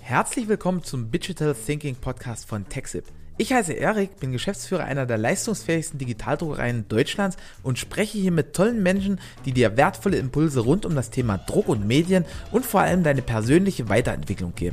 Herzlich willkommen zum Digital Thinking Podcast von TechSip. Ich heiße Erik, bin Geschäftsführer einer der leistungsfähigsten Digitaldruckereien Deutschlands und spreche hier mit tollen Menschen, die dir wertvolle Impulse rund um das Thema Druck und Medien und vor allem deine persönliche Weiterentwicklung geben.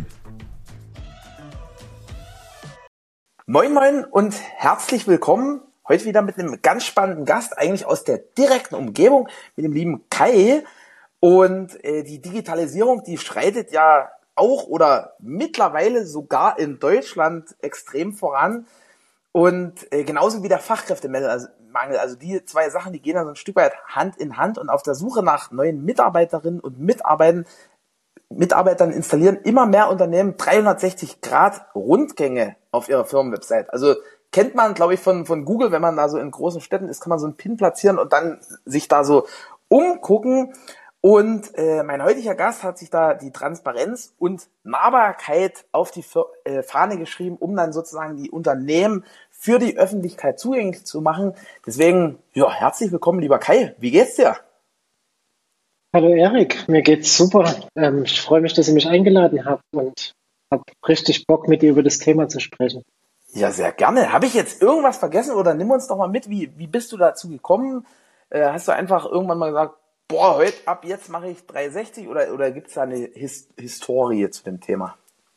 Moin moin und herzlich willkommen. Heute wieder mit einem ganz spannenden Gast, eigentlich aus der direkten Umgebung, mit dem lieben Kai. Und die Digitalisierung, die schreitet ja auch oder mittlerweile sogar in Deutschland extrem voran. Und genauso wie der Fachkräftemangel, also die zwei Sachen, die gehen dann so ein Stück weit Hand in Hand. Und auf der Suche nach neuen Mitarbeiterinnen und Mitarbeitern installieren immer mehr Unternehmen 360-Grad-Rundgänge auf ihrer Firmenwebsite. Also kennt man, glaube ich, von Google, wenn man da so in großen Städten ist, kann man so einen Pin platzieren und dann sich da so umgucken. Und mein heutiger Gast hat sich da die Transparenz und Nahbarkeit auf die Fahne geschrieben, um dann sozusagen die Unternehmen für die Öffentlichkeit zugänglich zu machen. Deswegen, ja, herzlich willkommen, lieber Kai. Wie geht's dir? Hallo Erik, mir geht's super. Ich freue mich, dass ihr mich eingeladen habt und habe richtig Bock, mit dir über das Thema zu sprechen. Ja, sehr gerne. Habe ich jetzt irgendwas vergessen oder nimm uns doch mal mit, wie bist du dazu gekommen? Hast du einfach irgendwann mal gesagt, boah, heute ab jetzt mache ich 360 oder gibt es da eine Historie zu dem Thema?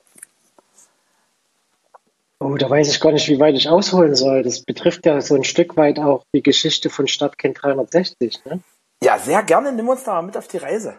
Oh, da weiß ich gar nicht, wie weit ich ausholen soll. Das betrifft ja so ein Stück weit auch die Geschichte von Stadtkind 360, ne? Ja, sehr gerne. Nimm uns da mal mit auf die Reise.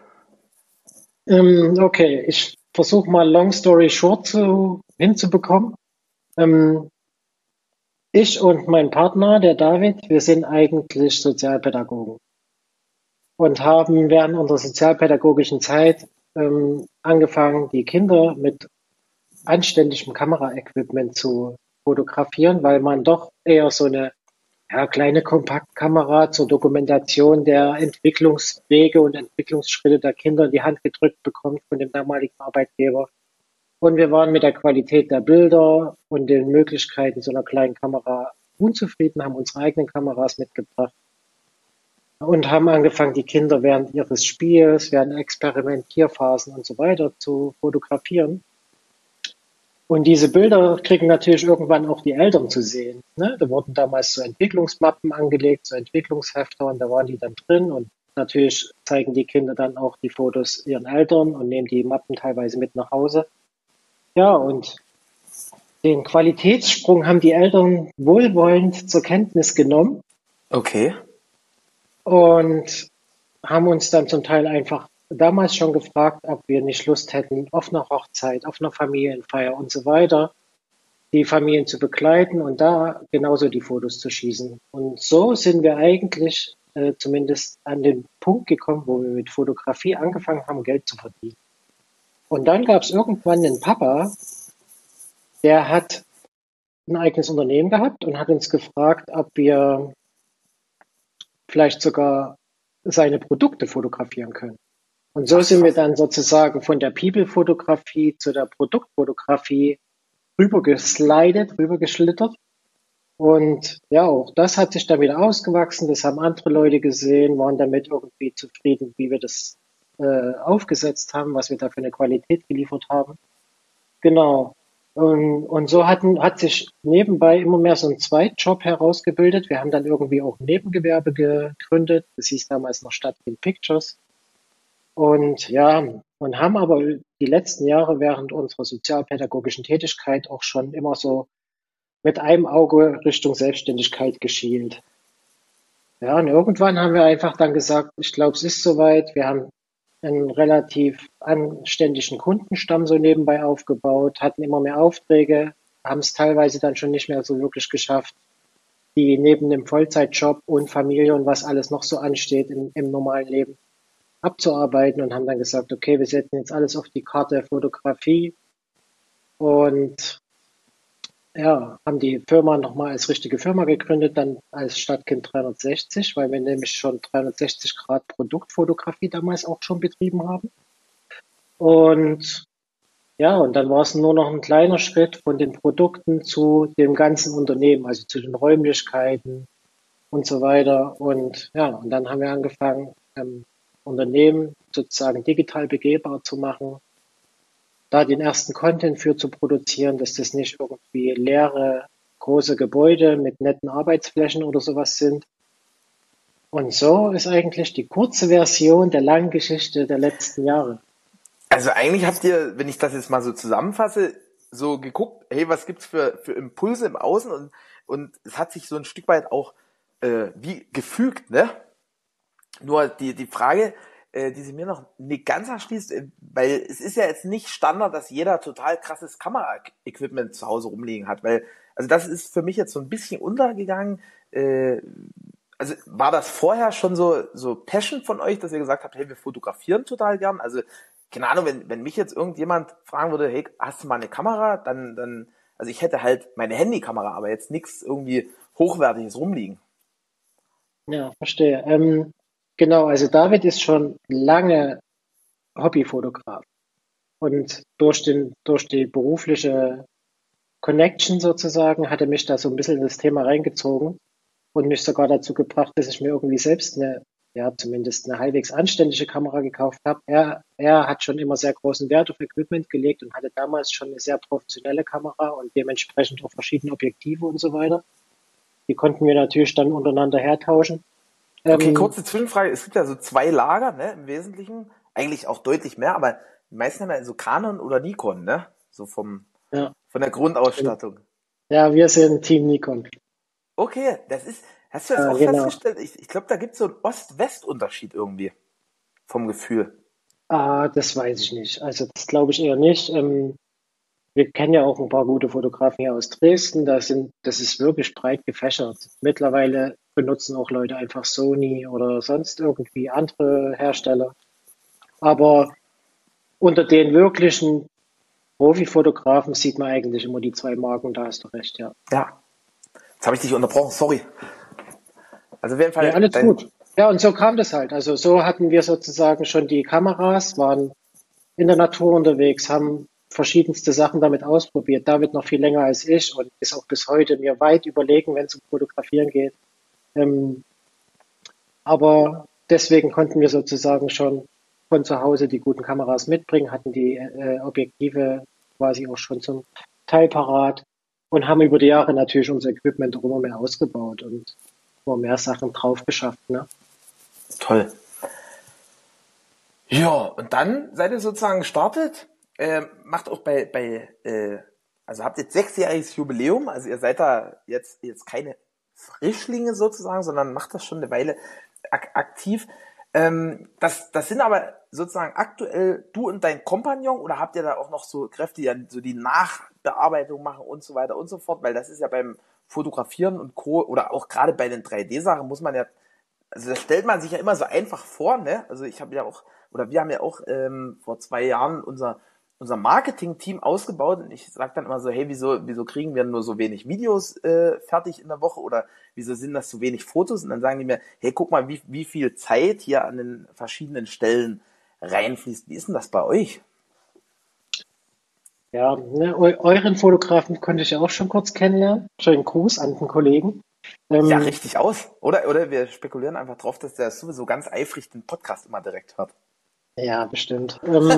Okay, ich versuche mal Long Story Short hinzubekommen. Ähm, Ich und mein Partner, der David, wir sind eigentlich Sozialpädagogen und haben während unserer sozialpädagogischen Zeit angefangen, die Kinder mit anständigem Kameraequipment zu fotografieren, weil man doch eher so eine kleine Kompaktkamera zur Dokumentation der Entwicklungswege und Entwicklungsschritte der Kinder in die Hand gedrückt bekommt von dem damaligen Arbeitgeber. Und wir waren mit der Qualität der Bilder und den Möglichkeiten so einer kleinen Kamera unzufrieden, haben unsere eigenen Kameras mitgebracht und haben angefangen, die Kinder während ihres Spiels, während Experimentierphasen und so weiter zu fotografieren. Und diese Bilder kriegen natürlich irgendwann auch die Eltern zu sehen, ne? Da wurden damals so Entwicklungsmappen angelegt, so Entwicklungshefter, und da waren die dann drin. Und natürlich zeigen die Kinder dann auch die Fotos ihren Eltern und nehmen die Mappen teilweise mit nach Hause. Ja, und den Qualitätssprung haben die Eltern wohlwollend zur Kenntnis genommen Okay. und haben uns dann zum Teil einfach damals schon gefragt, ob wir nicht Lust hätten, auf einer Hochzeit, auf einer Familienfeier und so weiter, die Familien zu begleiten und da genauso die Fotos zu schießen. Und so sind wir eigentlich zumindest an den Punkt gekommen, wo wir mit Fotografie angefangen haben, Geld zu verdienen. Und dann gab es irgendwann einen Papa, der hat ein eigenes Unternehmen gehabt und hat uns gefragt, ob wir vielleicht sogar seine Produkte fotografieren können. Und so Ach, sind wir krass. dann sozusagen von der People-Fotografie zu der Produktfotografie rübergeschlittert. Und ja, auch das hat sich dann wieder ausgewachsen. Das haben andere Leute gesehen, waren damit irgendwie zufrieden, wie wir das aufgesetzt haben, was wir da für eine Qualität geliefert haben. Genau. Und so hat sich nebenbei immer mehr so ein Zweitjob herausgebildet. Wir haben dann irgendwie auch ein Nebengewerbe gegründet. Das hieß damals noch Stadtkind Pictures. Und ja, und haben aber die letzten Jahre während unserer sozialpädagogischen Tätigkeit auch schon immer so mit einem Auge Richtung Selbstständigkeit geschielt. Ja, und irgendwann haben wir einfach dann gesagt, ich glaube, es ist soweit. Wir haben einen relativ anständigen Kundenstamm so nebenbei aufgebaut, hatten immer mehr Aufträge, haben es teilweise dann schon nicht mehr so wirklich geschafft, die neben dem Vollzeitjob und Familie und was alles noch so ansteht im normalen Leben abzuarbeiten und haben dann gesagt, okay, wir setzen jetzt alles auf die Karte Fotografie und ja, haben die Firma nochmal als richtige Firma gegründet, dann als Stadtkind 360, weil wir nämlich schon 360 Grad Produktfotografie damals auch schon betrieben haben. Und ja, und dann war es nur noch ein kleiner Schritt von den Produkten zu dem ganzen Unternehmen, also zu den Räumlichkeiten und so weiter. Und ja, und dann haben wir angefangen, Unternehmen sozusagen digital begehbar zu machen. da den ersten Content für zu produzieren, dass das nicht irgendwie leere, große Gebäude mit netten Arbeitsflächen oder sowas sind. Und so ist eigentlich die kurze Version der langen Geschichte der letzten Jahre. Also eigentlich habt ihr, wenn ich das jetzt mal so zusammenfasse, so geguckt, hey, was gibt's für Impulse im Außen und es hat sich so ein Stück weit auch wie gefügt, ne? Nur die Frage, die sich mir noch nicht ganz erschließt, weil es ist ja jetzt nicht Standard, dass jeder total krasses Kameraequipment zu Hause rumliegen hat, weil, also das ist für mich jetzt so ein bisschen untergegangen. Also war das vorher schon so Passion von euch, dass ihr gesagt habt, hey, wir fotografieren total gern? Also, keine Ahnung, wenn mich jetzt irgendjemand fragen würde, hey, hast du mal eine Kamera? Dann, also ich hätte halt meine Handykamera, aber jetzt nichts irgendwie Hochwertiges rumliegen. Ja, verstehe. Genau, also David ist schon lange Hobbyfotograf und durch die berufliche Connection sozusagen hat er mich da so ein bisschen in das Thema reingezogen und mich sogar dazu gebracht, dass ich mir irgendwie selbst ja, zumindest eine halbwegs anständige Kamera gekauft habe. Er hat schon immer sehr großen Wert auf Equipment gelegt und hatte damals schon eine sehr professionelle Kamera und dementsprechend auch verschiedene Objektive und so weiter. Die konnten wir natürlich dann untereinander hertauschen. Okay, Ähm, kurze Zwischenfrage. Es gibt ja so zwei Lager, ne, im Wesentlichen. Eigentlich auch deutlich mehr, aber die meisten haben ja so Canon oder Nikon, ne? So ja, von der stimmt. Grundausstattung. Ja, wir sind Team Nikon. Okay, hast du das auch Genau. festgestellt? Ich glaube, da gibt es so einen Ost-West-Unterschied irgendwie vom Gefühl. Das weiß ich nicht. Also das glaube ich eher nicht. Wir kennen ja auch ein paar gute Fotografen hier aus Dresden. Das ist wirklich breit gefächert. Mittlerweile benutzen auch Leute einfach Sony oder sonst irgendwie andere Hersteller. Aber unter den wirklichen Profifotografen sieht man eigentlich immer die zwei Marken. Da hast du recht, ja. Ja, jetzt habe ich dich unterbrochen, sorry. Also auf jeden Nee, Fall, alles gut. Ja, und so kam das halt. Also so hatten wir sozusagen schon die Kameras, waren in der Natur unterwegs, haben verschiedenste Sachen damit ausprobiert. David noch viel länger als ich und ist auch bis heute mir weit überlegen, wenn es um Fotografieren geht. Ähm, aber deswegen konnten wir sozusagen schon von zu Hause die guten Kameras mitbringen, hatten die Objektive quasi auch schon zum Teil parat und haben über die Jahre natürlich unser Equipment auch immer mehr ausgebaut und immer mehr Sachen drauf geschafft. Ne? toll. Ja, und dann seid ihr sozusagen gestartet, macht auch also habt jetzt 6-jähriges Jubiläum, also ihr seid da jetzt keine Frischlinge sozusagen, sondern macht das schon eine Weile aktiv. Das sind aber sozusagen aktuell du und dein Kompagnon oder habt ihr da auch noch so Kräfte, die dann so die Nachbearbeitung machen und so weiter und so fort, weil das ist ja beim Fotografieren und Co. oder auch gerade bei den 3D-Sachen muss man ja, also das stellt man sich ja immer so einfach vor, ne? Also ich habe ja auch, oder wir haben ja auch vor 2 Jahren unser Marketing-Team ausgebaut und ich sage dann immer so, hey, wieso kriegen wir nur so wenig Videos fertig in der Woche oder wieso sind das so wenig Fotos? Und dann sagen die mir, hey, guck mal, wie viel Zeit hier an den verschiedenen Stellen reinfließt. Wie ist denn das bei euch? Ja, ne, euren Fotografen konnte ich ja auch schon kurz kennenlernen. Schönen Gruß an den Kollegen. Ja, Ähm, richtig aus. Oder wir spekulieren einfach drauf, dass der sowieso ganz eifrig den Podcast immer direkt hört. ja, bestimmt.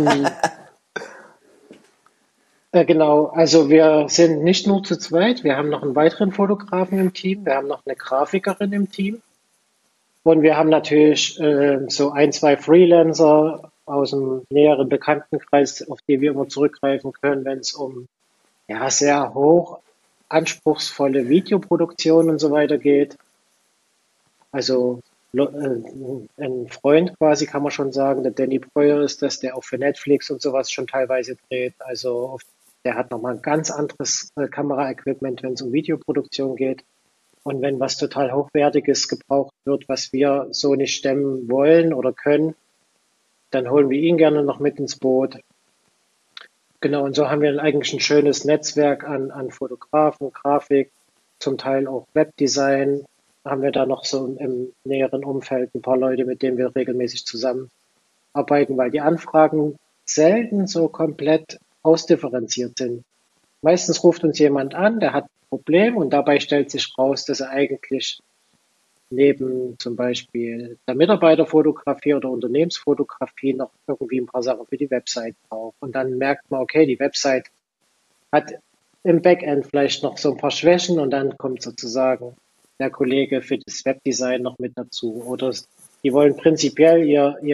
Genau, also wir sind nicht nur zu zweit, wir haben noch einen weiteren Fotografen im Team, wir haben noch eine Grafikerin im Team und wir haben natürlich so ein, zwei Freelancer aus dem näheren Bekanntenkreis, auf die wir immer zurückgreifen können, wenn es um ja, sehr hoch anspruchsvolle Videoproduktion und so weiter geht. Also ein Freund quasi kann man schon sagen, der Danny Breuer ist das, der auch für Netflix und sowas schon teilweise dreht. Also der hat nochmal ein ganz anderes Kameraequipment, wenn es um Videoproduktion geht. Und wenn was total Hochwertiges gebraucht wird, was wir so nicht stemmen wollen oder können, dann holen wir ihn gerne noch mit ins Boot. Genau, und so haben wir eigentlich ein schönes Netzwerk an Fotografen, Grafik, zum Teil auch Webdesign. Haben wir da noch so im näheren Umfeld ein paar Leute, mit denen wir regelmäßig zusammenarbeiten, weil die Anfragen selten so komplett ausdifferenziert sind. Meistens ruft uns jemand an, der hat ein Problem und dabei stellt sich raus, dass er eigentlich neben zum Beispiel der Mitarbeiterfotografie oder Unternehmensfotografie noch irgendwie ein paar Sachen für die Website braucht. Und dann merkt man, okay, die Website hat im Backend vielleicht noch so ein paar Schwächen und dann kommt sozusagen der Kollege für das Webdesign noch mit dazu. Oder die wollen prinzipiell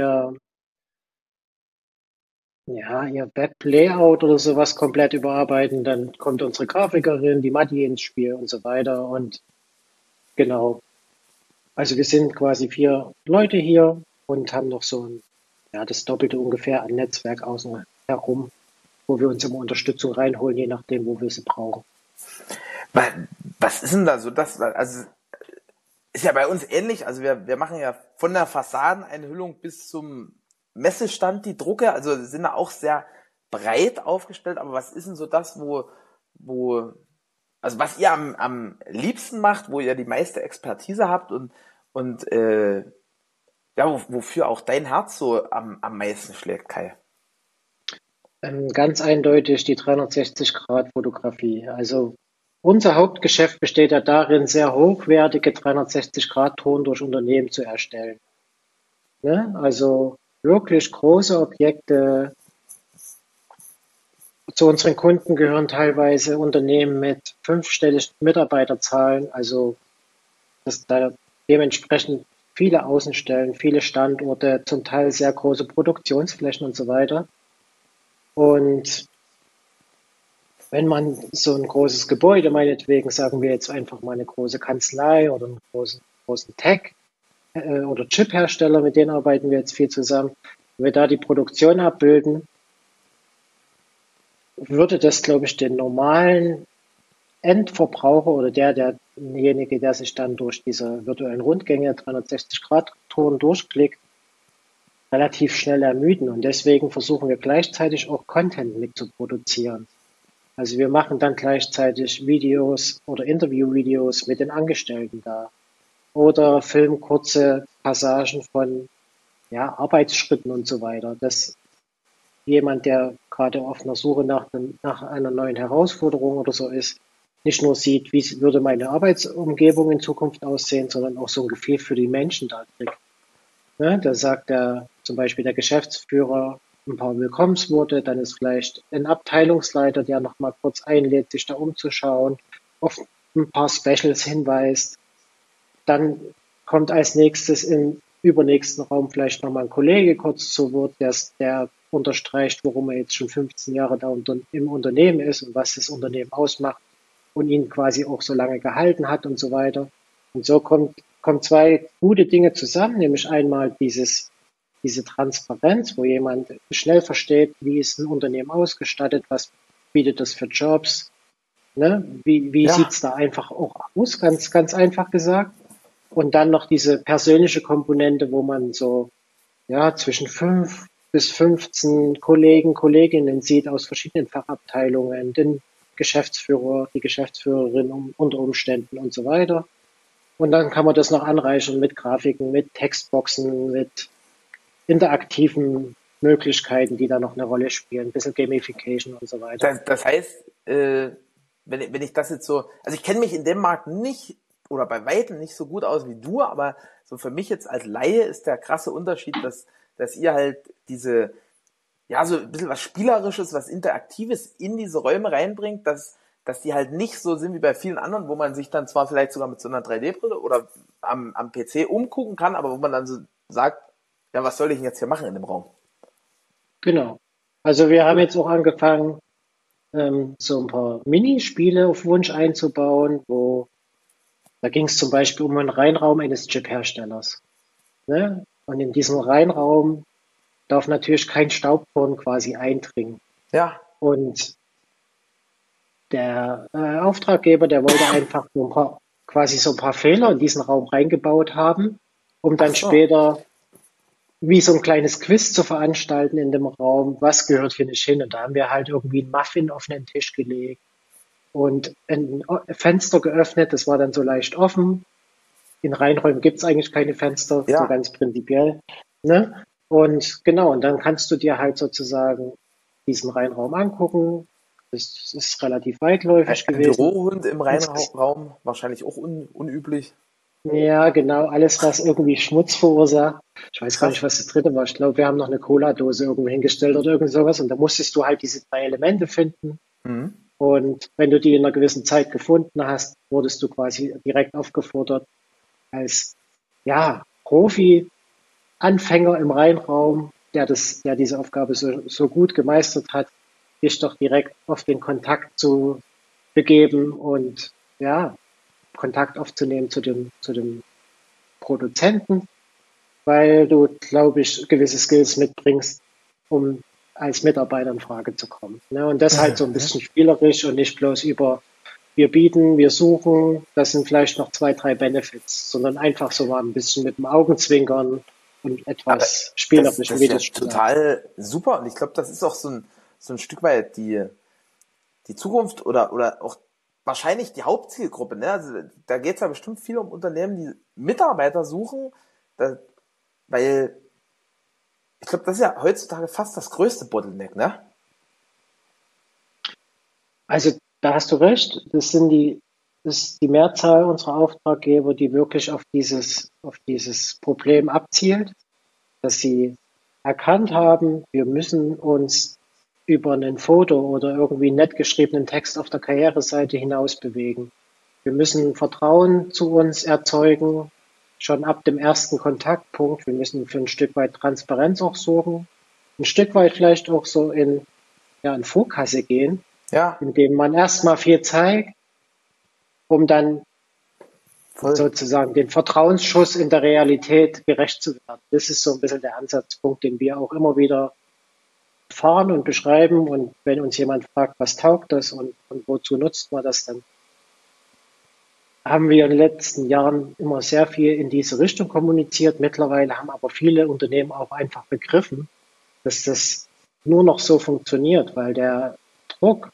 ihr Web-Layout oder sowas komplett überarbeiten. Dann kommt unsere Grafikerin, die Matti, ins Spiel und so weiter. Und genau, also wir sind quasi 4 Leute hier und haben noch so das Doppelte ungefähr an Netzwerk außen herum, wo wir uns immer Unterstützung reinholen, je nachdem, wo wir sie brauchen. Was ist denn da so das? Also ist ja bei uns ähnlich. Also wir machen ja von der Fassadeneinhüllung bis zum Messestand die Drucke. Also sind da auch sehr breit aufgestellt. Aber was ist denn so das, also was ihr am liebsten macht, wo ihr die meiste Expertise habt und ja, wofür auch dein Herz so am meisten schlägt, Kai? Ganz eindeutig die 360-Grad-Fotografie. Also unser Hauptgeschäft besteht ja darin, sehr hochwertige 360-Grad-Touren durch Unternehmen zu erstellen. Ne? Also wirklich große Objekte. Zu unseren Kunden gehören teilweise Unternehmen mit 5-stelligen Mitarbeiterzahlen, also dass da dementsprechend viele Außenstellen, viele Standorte, zum Teil sehr große Produktionsflächen und so weiter. Und wenn man so ein großes Gebäude, meinetwegen sagen wir jetzt einfach mal eine große Kanzlei oder einen großen Tech- oder Chip-Hersteller, mit denen arbeiten wir jetzt viel zusammen, wenn wir da die Produktion abbilden, würde das, glaube ich, den normalen Endverbraucher oder derjenige, der sich dann durch diese virtuellen Rundgänge 360-Grad-Touren durchklickt, relativ schnell ermüden. Und deswegen versuchen wir gleichzeitig auch Content mit zu produzieren. Also wir machen dann gleichzeitig Videos oder Interviewvideos mit den Angestellten da oder filmen kurze Passagen von Arbeitsschritten und so weiter, dass jemand, der gerade auf einer Suche nach einer neuen Herausforderung oder so ist, nicht nur sieht, wie würde meine Arbeitsumgebung in Zukunft aussehen, sondern auch so ein Gefühl für die Menschen da kriegt. Ne? Da sagt zum Beispiel der Geschäftsführer ein paar Willkommensworte, dann ist vielleicht ein Abteilungsleiter, der noch mal kurz einlädt, sich da umzuschauen, auf ein paar Specials hinweist. Dann kommt als nächstes im übernächsten Raum vielleicht noch mal ein Kollege kurz zu Wort, der unterstreicht, warum er jetzt schon 15 Jahre da im Unternehmen ist und was das Unternehmen ausmacht und ihn quasi auch so lange gehalten hat und so weiter. Und so kommen 2 gute Dinge zusammen, nämlich einmal diese Transparenz, wo jemand schnell versteht, wie ist ein Unternehmen ausgestattet, was bietet das für Jobs, ne? Wie Ja, sieht's da einfach auch aus, ganz, ganz einfach gesagt. Und dann noch diese persönliche Komponente, wo man so zwischen 5 bis 15 Kollegen, Kolleginnen sieht aus verschiedenen Fachabteilungen, den Geschäftsführer, die Geschäftsführerin unter Umständen und so weiter. Und dann kann man das noch anreichern mit Grafiken, mit Textboxen, mit interaktiven Möglichkeiten, die da noch eine Rolle spielen, ein bisschen Gamification und so weiter. das heißt, wenn ich das jetzt so, also ich kenne mich in dem Markt nicht oder bei weitem nicht so gut aus wie du, aber so für mich jetzt als Laie ist der krasse Unterschied, dass ihr halt so ein bisschen was Spielerisches, was Interaktives in diese Räume reinbringt, dass die halt nicht so sind wie bei vielen anderen, wo man sich dann zwar vielleicht sogar mit so einer 3D-Brille oder am PC umgucken kann, aber wo man dann so sagt, ja, was soll ich denn jetzt hier machen in dem Raum? Genau. Also wir haben Cool. jetzt auch angefangen, so ein paar Minispiele auf Wunsch einzubauen, da ging es zum Beispiel um einen Reinraum eines Chip-Herstellers. Ne? Und in diesen Reinraum darf natürlich kein Staubkorn quasi eindringen. Ja, Und der Auftraggeber, der wollte einfach quasi so ein paar Fehler in diesen Raum reingebaut haben, um ach dann so. später wie so ein kleines Quiz zu veranstalten in dem Raum, was gehört hier nicht hin. Und da haben wir halt irgendwie einen Muffin auf einen Tisch gelegt und ein Fenster geöffnet, das war dann so leicht offen. In Reinräumen gibt es eigentlich keine Fenster, so Ja, ganz prinzipiell. Ne? Und genau, und dann kannst du dir halt sozusagen diesen Reinraum angucken. Das ist relativ weitläufig ein gewesen. Bürohund im Insges Reinraum, wahrscheinlich auch unüblich. Ja, genau, alles, was irgendwie Schmutz verursacht. Ich weiß gar nicht, Krass. was das dritte war. Ich glaube, wir haben noch eine Cola-Dose irgendwo hingestellt oder irgend sowas. Und da musstest du halt diese drei Elemente finden. Mhm. Und wenn du die in einer gewissen Zeit gefunden hast, wurdest du quasi direkt aufgefordert, als ja, Profi, Anfänger im Reinraum, der diese Aufgabe so gut gemeistert hat, dich doch direkt auf den Kontakt zu begeben und ja, Kontakt aufzunehmen zu dem Produzenten, weil du, glaube ich, gewisse Skills mitbringst, um als Mitarbeiter in Frage zu kommen. Ne? Und das halt so ein bisschen spielerisch und nicht bloß über wir bieten, wir suchen, das sind vielleicht noch zwei, drei Benefits, sondern einfach so mal ein bisschen mit dem Augenzwinkern und Aber etwas spielerisch, das wie ist du ja es schon sagst. total super und ich glaube, das ist auch so ein Stück weit die Zukunft oder auch wahrscheinlich die Hauptzielgruppe. Ne? Also, da geht es ja bestimmt viel um Unternehmen, die Mitarbeiter suchen, da, weil ich glaube, das ist ja heutzutage fast das größte Bottleneck. Ne? Also da hast du recht, das ist die Mehrzahl unserer Auftraggeber, die wirklich auf dieses Problem abzielt, dass sie erkannt haben, wir müssen uns über ein Foto oder irgendwie einen nett geschriebenen Text auf der Karriereseite hinaus bewegen. Wir müssen Vertrauen zu uns erzeugen, schon ab dem ersten Kontaktpunkt. Wir müssen für ein Stück weit Transparenz auch sorgen, ein Stück weit vielleicht auch so in Vorkasse gehen, Ja, indem man erstmal viel zeigt, um dann voll. sozusagen den Vertrauensschuss in der Realität gerecht zu werden. Das ist so ein bisschen der Ansatzpunkt, den wir auch immer wieder fahren und beschreiben. Und wenn uns jemand fragt, was taugt das und wozu nutzt man das, dann haben wir in den letzten Jahren immer sehr viel in diese Richtung kommuniziert. Mittlerweile haben aber viele Unternehmen auch einfach begriffen, dass das nur noch so funktioniert, weil der Druck,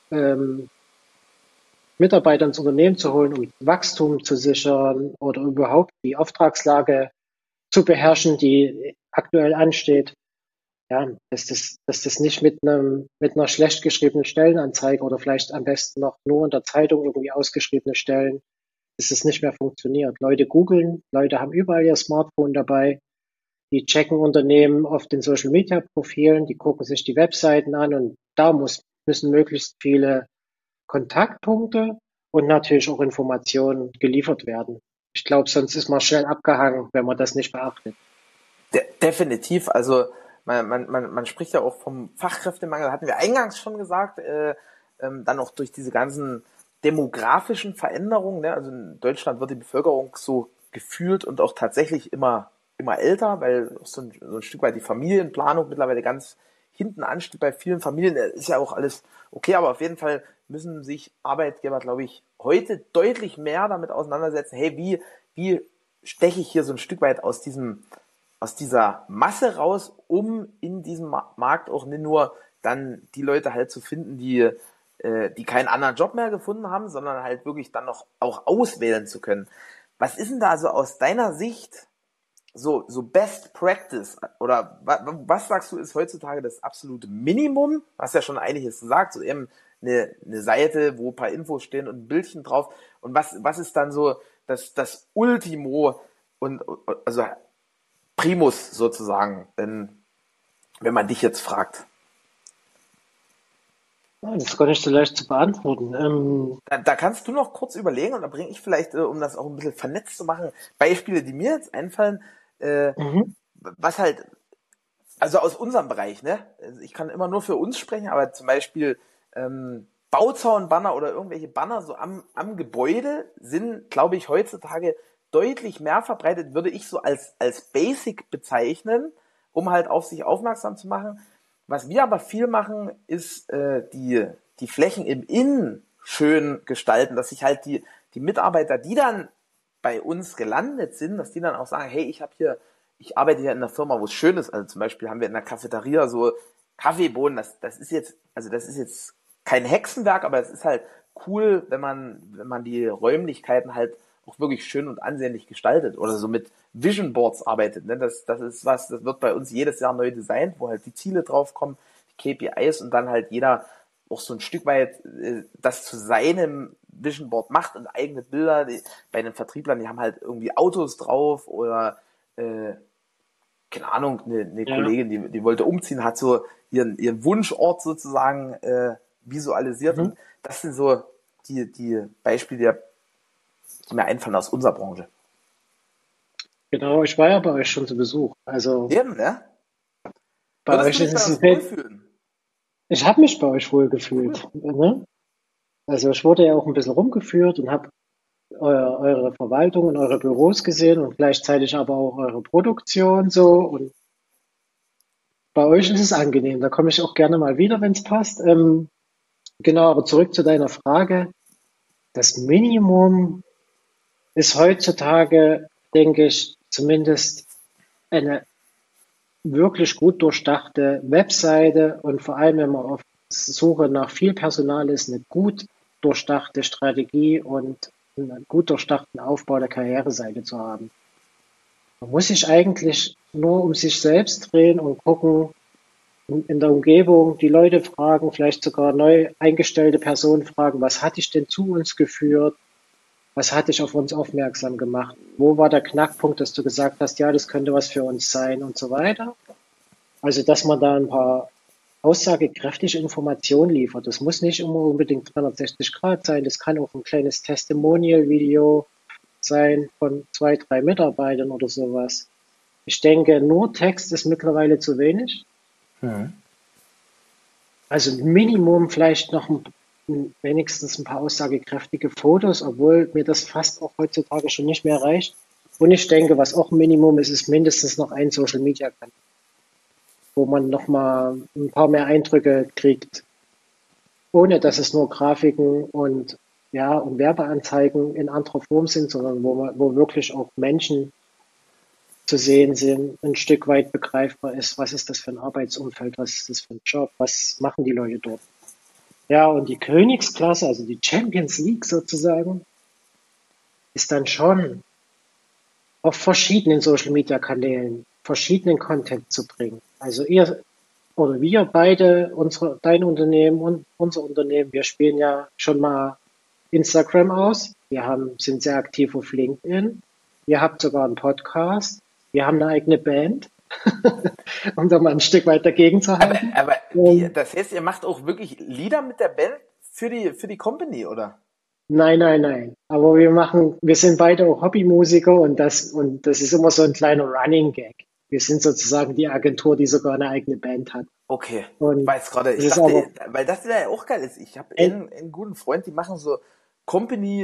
Mitarbeiter ins Unternehmen zu holen, um Wachstum zu sichern oder überhaupt die Auftragslage zu beherrschen, die aktuell ansteht, ja, dass das nicht mit einer schlecht geschriebenen Stellenanzeige oder vielleicht am besten noch nur in der Zeitung irgendwie ausgeschriebene Stellen, dass es nicht mehr funktioniert. Leute googeln, Leute haben überall ihr Smartphone dabei, die checken Unternehmen auf den Social Media Profilen, die gucken sich die Webseiten an und da müssen möglichst viele Kontaktpunkte und natürlich auch Informationen geliefert werden. Ich glaube, sonst ist man schnell abgehangen, wenn man das nicht beachtet. Definitiv. Also man spricht ja auch vom Fachkräftemangel, hatten wir eingangs schon gesagt, dann auch durch diese ganzen demografischen Veränderungen. Ne? Also in Deutschland wird die Bevölkerung so gefühlt und auch tatsächlich immer älter, weil auch so ein Stück weit die Familienplanung mittlerweile ganz hinten ansteht bei vielen Familien. Ist ja auch alles okay, aber auf jeden Fall müssen sich Arbeitgeber, glaube ich, heute deutlich mehr damit auseinandersetzen, hey, wie steche ich hier so ein Stück weit aus dieser Masse raus, um in diesem Markt auch nicht nur dann die Leute halt zu finden, die keinen anderen Job mehr gefunden haben, sondern halt wirklich dann noch auch auswählen zu können. Was ist denn da so aus deiner Sicht so Best Practice? Oder was sagst du ist heutzutage das absolute Minimum? Du hast ja schon einiges gesagt, so eben eine Seite, wo ein paar Infos stehen und ein Bildchen drauf. Und was ist dann so das Ultimo und also Primus sozusagen, wenn man dich jetzt fragt. Ja, das ist gar nicht so leicht zu beantworten. Da kannst du noch kurz überlegen und dann bringe ich vielleicht, um das auch ein bisschen vernetzt zu machen, Beispiele, die mir jetzt einfallen, äh, Mhm. was halt, also aus unserem Bereich, ne? Also ich kann immer nur für uns sprechen, aber zum Beispiel Bauzaunbanner oder irgendwelche Banner so am Gebäude sind, glaube ich, heutzutage deutlich mehr verbreitet, würde ich so als Basic bezeichnen, um halt auf sich aufmerksam zu machen. Was wir aber viel machen, ist die Flächen im Innen schön gestalten, dass sich halt die Mitarbeiter, die dann bei uns gelandet sind, dass die dann auch sagen, hey, ich arbeite hier in einer Firma, wo es schön ist. Also zum Beispiel haben wir in der Cafeteria so Kaffeebohnen, das ist jetzt kein Hexenwerk, aber es ist halt cool, wenn man die Räumlichkeiten halt auch wirklich schön und ansehnlich gestaltet oder so mit Vision Boards arbeitet. Ne? Das ist das wird bei uns jedes Jahr neu designt, wo halt die Ziele draufkommen, die KPIs und dann halt jeder auch so ein Stück weit das zu seinem Vision Board macht und eigene Bilder. Bei den Vertrieblern, die haben halt irgendwie Autos drauf oder keine Ahnung, eine Ja. Kollegin, die wollte umziehen, hat so ihren Wunschort sozusagen visualisiert. Mhm. Und das sind so die Beispiele, die mir einfallen aus unserer Branche. Genau, ich war ja bei euch schon zu Besuch. Also Eben, ne? bei Würdest du euch dich ist bei es, uns wohlfühlen? ich habe mich bei euch wohl Cool. gefühlt. Ne? Also ich wurde ja auch ein bisschen rumgeführt und habe eure Verwaltung und eure Büros gesehen und gleichzeitig aber auch eure Produktion so. Und bei euch ist es angenehm. Da komme ich auch gerne mal wieder, wenn es passt. Genau, aber zurück zu deiner Frage. Das Minimum ist heutzutage, denke ich, zumindest eine wirklich gut durchdachte Webseite und vor allem, wenn man auf Suche nach viel Personal ist, eine gut durchdachte Strategie und einen gut durchdachten Aufbau der Karriereseite zu haben. Man muss sich eigentlich nur um sich selbst drehen und gucken, in der Umgebung die Leute fragen, vielleicht sogar neu eingestellte Personen fragen, was hat dich denn zu uns geführt? Was hat dich auf uns aufmerksam gemacht? Wo war der Knackpunkt, dass du gesagt hast, ja, das könnte was für uns sein und so weiter? Also, dass man da ein paar aussagekräftige Informationen liefert. Das muss nicht immer unbedingt 360 Grad sein. Das kann auch ein kleines Testimonial-Video sein von 2, 3 Mitarbeitern oder sowas. Ich denke, nur Text ist mittlerweile zu wenig. Mhm. Also Minimum vielleicht noch wenigstens ein paar aussagekräftige Fotos, obwohl mir das fast auch heutzutage schon nicht mehr reicht. Und ich denke, was auch ein Minimum ist, ist mindestens noch ein Social Media Kanal, wo man noch mal ein paar mehr Eindrücke kriegt, ohne dass es nur Grafiken und ja und Werbeanzeigen in anderer Form sind, sondern wo wirklich auch Menschen zu sehen sind, ein Stück weit begreifbar ist, was ist das für ein Arbeitsumfeld, was ist das für ein Job, was machen die Leute dort. Ja, und die Königsklasse, also die Champions League sozusagen, ist dann schon auf verschiedenen Social Media Kanälen verschiedenen Content zu bringen. Also ihr oder wir beide, dein Unternehmen und unser Unternehmen, wir spielen ja schon mal Instagram aus. Sind sehr aktiv auf LinkedIn. Ihr habt sogar einen Podcast. Wir haben eine eigene Band, um da mal ein Stück weit dagegen zu Aber, halten. aber das heißt, ihr macht auch wirklich Lieder mit der Band für die Company, oder? Nein, nein, nein. Aber wir sind beide auch Hobbymusiker und das ist immer so ein kleiner Running Gag. Wir sind sozusagen die Agentur, die sogar eine eigene Band hat. Okay. Ich Und weiß gerade, es ich ist aber, dachte, weil das ja auch geil ist. Ich habe ein- einen guten Freund, die machen so Company,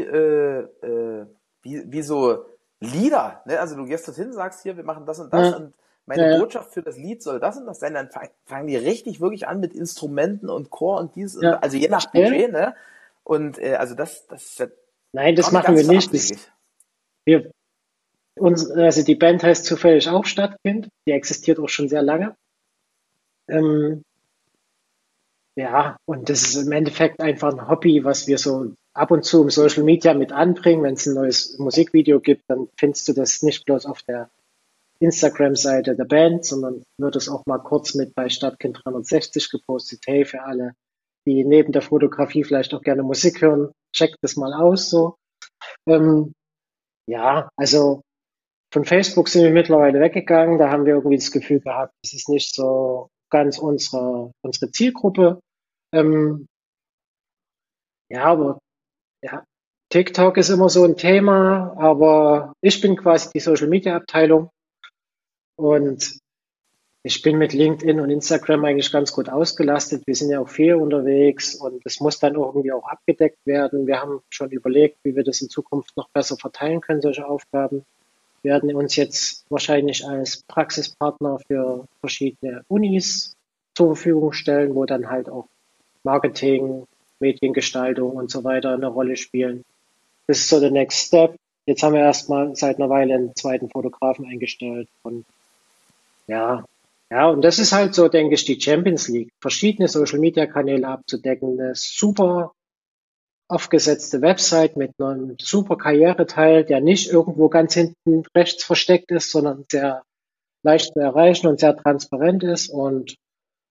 wie so Lieder. Ne? Also du gehst dorthin, sagst hier, wir machen das und das äh, und meine äh, Botschaft für das Lied soll das und das sein. Dann fangen die richtig wirklich an mit Instrumenten und Chor und dies und ja, also je nach äh, Budget, ne? Und also das ist ja nein, gar das nicht machen ganz wir so nicht. abwegig. Wir, also die Band heißt zufällig auch Stadtkind. Die existiert auch schon sehr lange. Ähm, ja, und das ist im Endeffekt einfach ein Hobby, was wir so ab und zu im Social Media mit anbringen. Wenn es ein neues Musikvideo gibt, dann findest du das nicht bloß auf der Instagram-Seite der Band, sondern wird es auch mal kurz mit bei Stadtkind 360 gepostet. Hey, für alle, die neben der Fotografie vielleicht auch gerne Musik hören, checkt das mal aus, so. Ähm, ja, also von Facebook sind wir mittlerweile weggegangen. Da haben wir irgendwie das Gefühl gehabt, das ist nicht so ganz unsere Zielgruppe. Ähm, ja, aber ja, TikTok ist immer so ein Thema, aber ich bin quasi die Social Media Abteilung und ich bin mit LinkedIn und Instagram eigentlich ganz gut ausgelastet. Wir sind ja auch viel unterwegs und es muss dann irgendwie auch abgedeckt werden. Wir haben schon überlegt, wie wir das in Zukunft noch besser verteilen können, solche Aufgaben. Wir werden uns jetzt wahrscheinlich als Praxispartner für verschiedene Unis zur Verfügung stellen, wo dann halt auch Marketing, Mediengestaltung und so weiter eine Rolle spielen. Das ist so der Next Step. Jetzt haben wir erstmal seit einer Weile einen zweiten Fotografen eingestellt und ja, ja, und das ist halt so, denke ich, die Champions League. Verschiedene Social Media Kanäle abzudecken, eine super aufgesetzte Website mit einem super Karriereteil, der nicht irgendwo ganz hinten rechts versteckt ist, sondern sehr leicht zu erreichen und sehr transparent ist. Und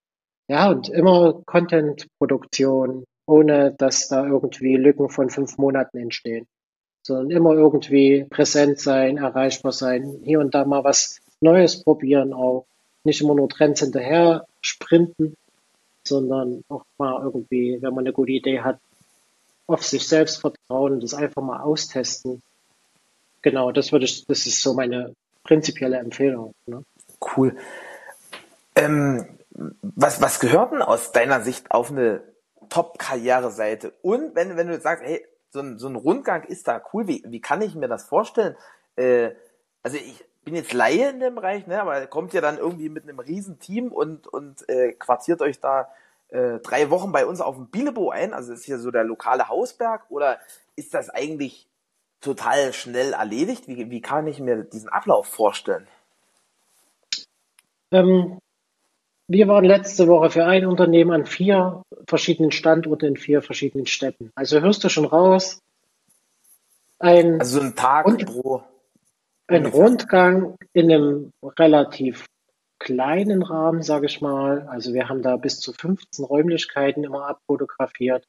Ja, und immer Content-Produktion, ohne dass da irgendwie Lücken von 5 Monaten entstehen, sondern immer irgendwie präsent sein, erreichbar sein, hier und da mal was Neues probieren auch. Nicht immer nur Trends hinterher sprinten, sondern auch mal irgendwie, wenn man eine gute Idee hat, auf sich selbst vertrauen, das einfach mal austesten. Genau, das ist so meine prinzipielle Empfehlung. Ne? Cool. Was gehört denn aus deiner Sicht auf eine Top-Karriereseite? Und wenn du jetzt sagst, hey, so ein Rundgang ist da cool, wie kann ich mir das vorstellen? Äh, also ich bin jetzt Laie in dem Bereich, ne, aber kommt ihr dann irgendwie mit einem riesen Team und quartiert euch da 3 Wochen bei uns auf dem Bilebo ein? Also ist hier so der lokale Hausberg oder ist das eigentlich total schnell erledigt? Wie kann ich mir diesen Ablauf vorstellen? Ähm, Wir waren letzte Woche für ein Unternehmen an 4 verschiedenen Standorten in 4 verschiedenen Städten. Also hörst du schon raus, ein, Also so ein Tag Rund, pro ein ungefähr. Rundgang in einem relativ kleinen Rahmen, sage ich mal. Also wir haben da bis zu 15 Räumlichkeiten immer abfotografiert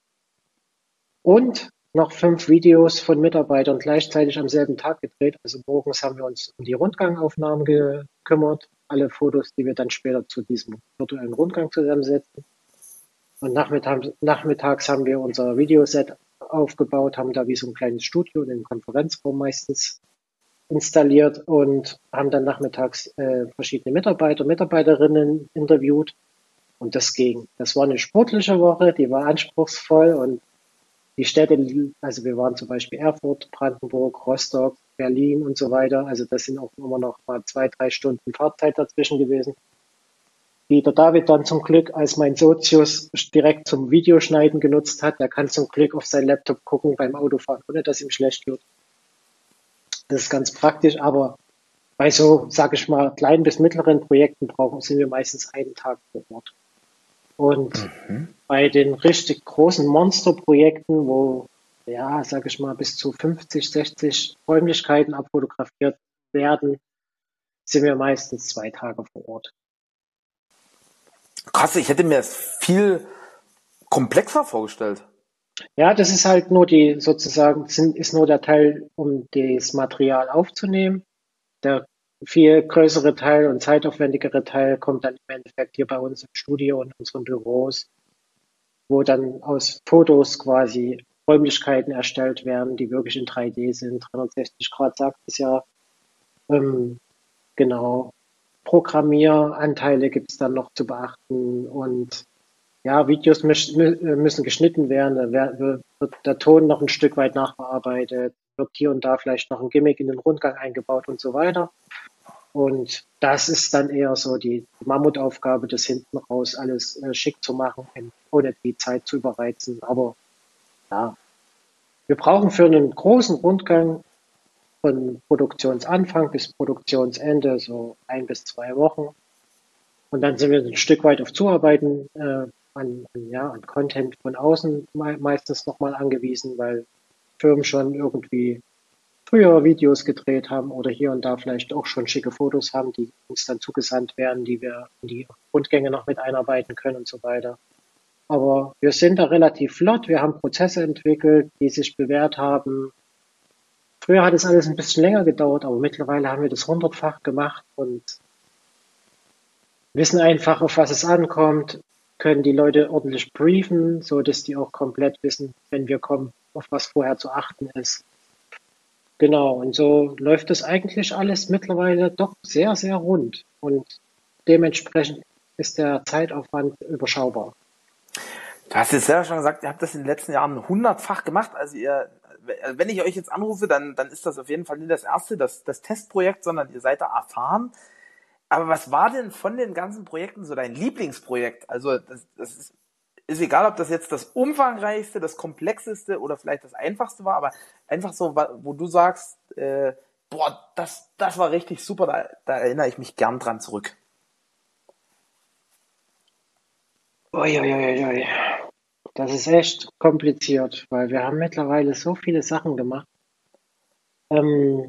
und noch 5 Videos von Mitarbeitern gleichzeitig am selben Tag gedreht. Also morgens haben wir uns um die Rundgangaufnahmen gekümmert, alle Fotos, die wir dann später zu diesem virtuellen Rundgang zusammensetzen. Und nachmittags haben wir unser Videoset aufgebaut, haben da wie so ein kleines Studio in den Konferenzraum meistens installiert und haben dann nachmittags verschiedene Mitarbeiter, Mitarbeiterinnen interviewt. Und das ging. Das war eine sportliche Woche, die war anspruchsvoll und die Städte, also wir waren zum Beispiel Erfurt, Brandenburg, Rostock, Berlin und so weiter. Also das sind auch immer noch mal 2, 3 Stunden Fahrzeit dazwischen gewesen, die der David dann zum Glück als mein Sozius direkt zum Videoschneiden genutzt hat. Der kann zum Glück auf seinen Laptop gucken beim Autofahren, ohne dass ihm schlecht wird. Das ist ganz praktisch, aber bei so, sage ich mal, kleinen bis mittleren Projekten sind wir meistens einen Tag vor Ort. Und bei den richtig großen Monsterprojekten, wo, ja, sage ich mal, bis zu 50, 60 Räumlichkeiten abfotografiert werden, sind wir meistens 2 Tage vor Ort. Krass, ich hätte mir das viel komplexer vorgestellt. Ja, das ist halt nur ist nur der Teil, um das Material aufzunehmen. Der viel größere Teil und zeitaufwendigere Teil kommt dann im Endeffekt hier bei uns im Studio und in unseren Büros, wo dann aus Fotos quasi Räumlichkeiten erstellt werden, die wirklich in 3D sind. 360 Grad sagt es ja. Ähm, genau. Programmieranteile gibt es dann noch zu beachten und ja, Videos müssen geschnitten werden, wird der Ton noch ein Stück weit nachbearbeitet, wird hier und da vielleicht noch ein Gimmick in den Rundgang eingebaut und so weiter. Und das ist dann eher so die Mammutaufgabe, das hinten raus alles schick zu machen, ohne die Zeit zu überreizen. Aber ja, wir brauchen für einen großen Rundgang von Produktionsanfang bis Produktionsende so 1 bis 2 Wochen. Und dann sind wir ein Stück weit auf Zuarbeiten an Content von außen meistens nochmal angewiesen, weil Firmen schon irgendwie früher Videos gedreht haben oder hier und da vielleicht auch schon schicke Fotos haben, die uns dann zugesandt werden, die wir in die Rundgänge noch mit einarbeiten können und so weiter. Aber wir sind da relativ flott. Wir haben Prozesse entwickelt, die sich bewährt haben. Früher hat es alles ein bisschen länger gedauert, aber mittlerweile haben wir das 100-fach gemacht und wissen einfach, auf was es ankommt, können die Leute ordentlich briefen, so dass die auch komplett wissen, wenn wir kommen, auf was vorher zu achten ist. Genau, und so läuft das eigentlich alles mittlerweile doch sehr, sehr rund und dementsprechend ist der Zeitaufwand überschaubar. Du hast jetzt selber schon gesagt, ihr habt das in den letzten Jahren 100-fach gemacht. Also wenn ich euch jetzt anrufe, dann ist das auf jeden Fall nicht das erste, das Testprojekt, sondern ihr seid da erfahren. Aber was war denn von den ganzen Projekten so dein Lieblingsprojekt? Also ist egal, ob das jetzt das umfangreichste, das komplexeste oder vielleicht das einfachste war, aber einfach so, wo du sagst, boah, das war richtig super, da erinnere ich mich gern dran zurück. Uiuiuiui. Das ist echt kompliziert, weil wir haben mittlerweile so viele Sachen gemacht. Ähm,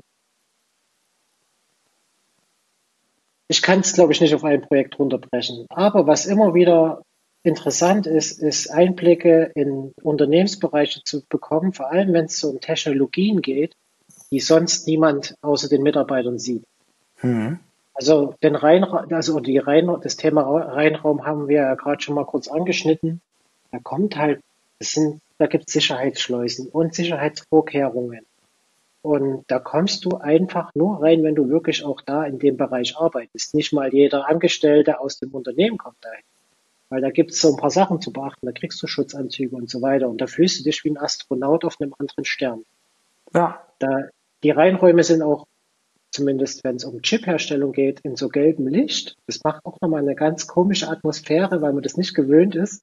Ich kann es, glaube ich, nicht auf ein Projekt runterbrechen. Aber was immer wieder interessant ist Einblicke in Unternehmensbereiche zu bekommen, vor allem wenn es so um Technologien geht, die sonst niemand außer den Mitarbeitern sieht. Mhm. Also den Rheinraum, also das Thema Rheinraum haben wir ja gerade schon mal kurz angeschnitten. Da kommt halt, da gibt es Sicherheitsschleusen und Sicherheitsvorkehrungen. Und da kommst du einfach nur rein, wenn du wirklich auch da in dem Bereich arbeitest. Nicht mal jeder Angestellte aus dem Unternehmen kommt dahin. Weil da gibt es so ein paar Sachen zu beachten. Da kriegst du Schutzanzüge und so weiter. Und da fühlst du dich wie ein Astronaut auf einem anderen Stern. Ja. Da, die Reinräume sind auch, zumindest wenn es um Chipherstellung geht, in so gelbem Licht. Das macht auch nochmal eine ganz komische Atmosphäre, weil man das nicht gewöhnt ist.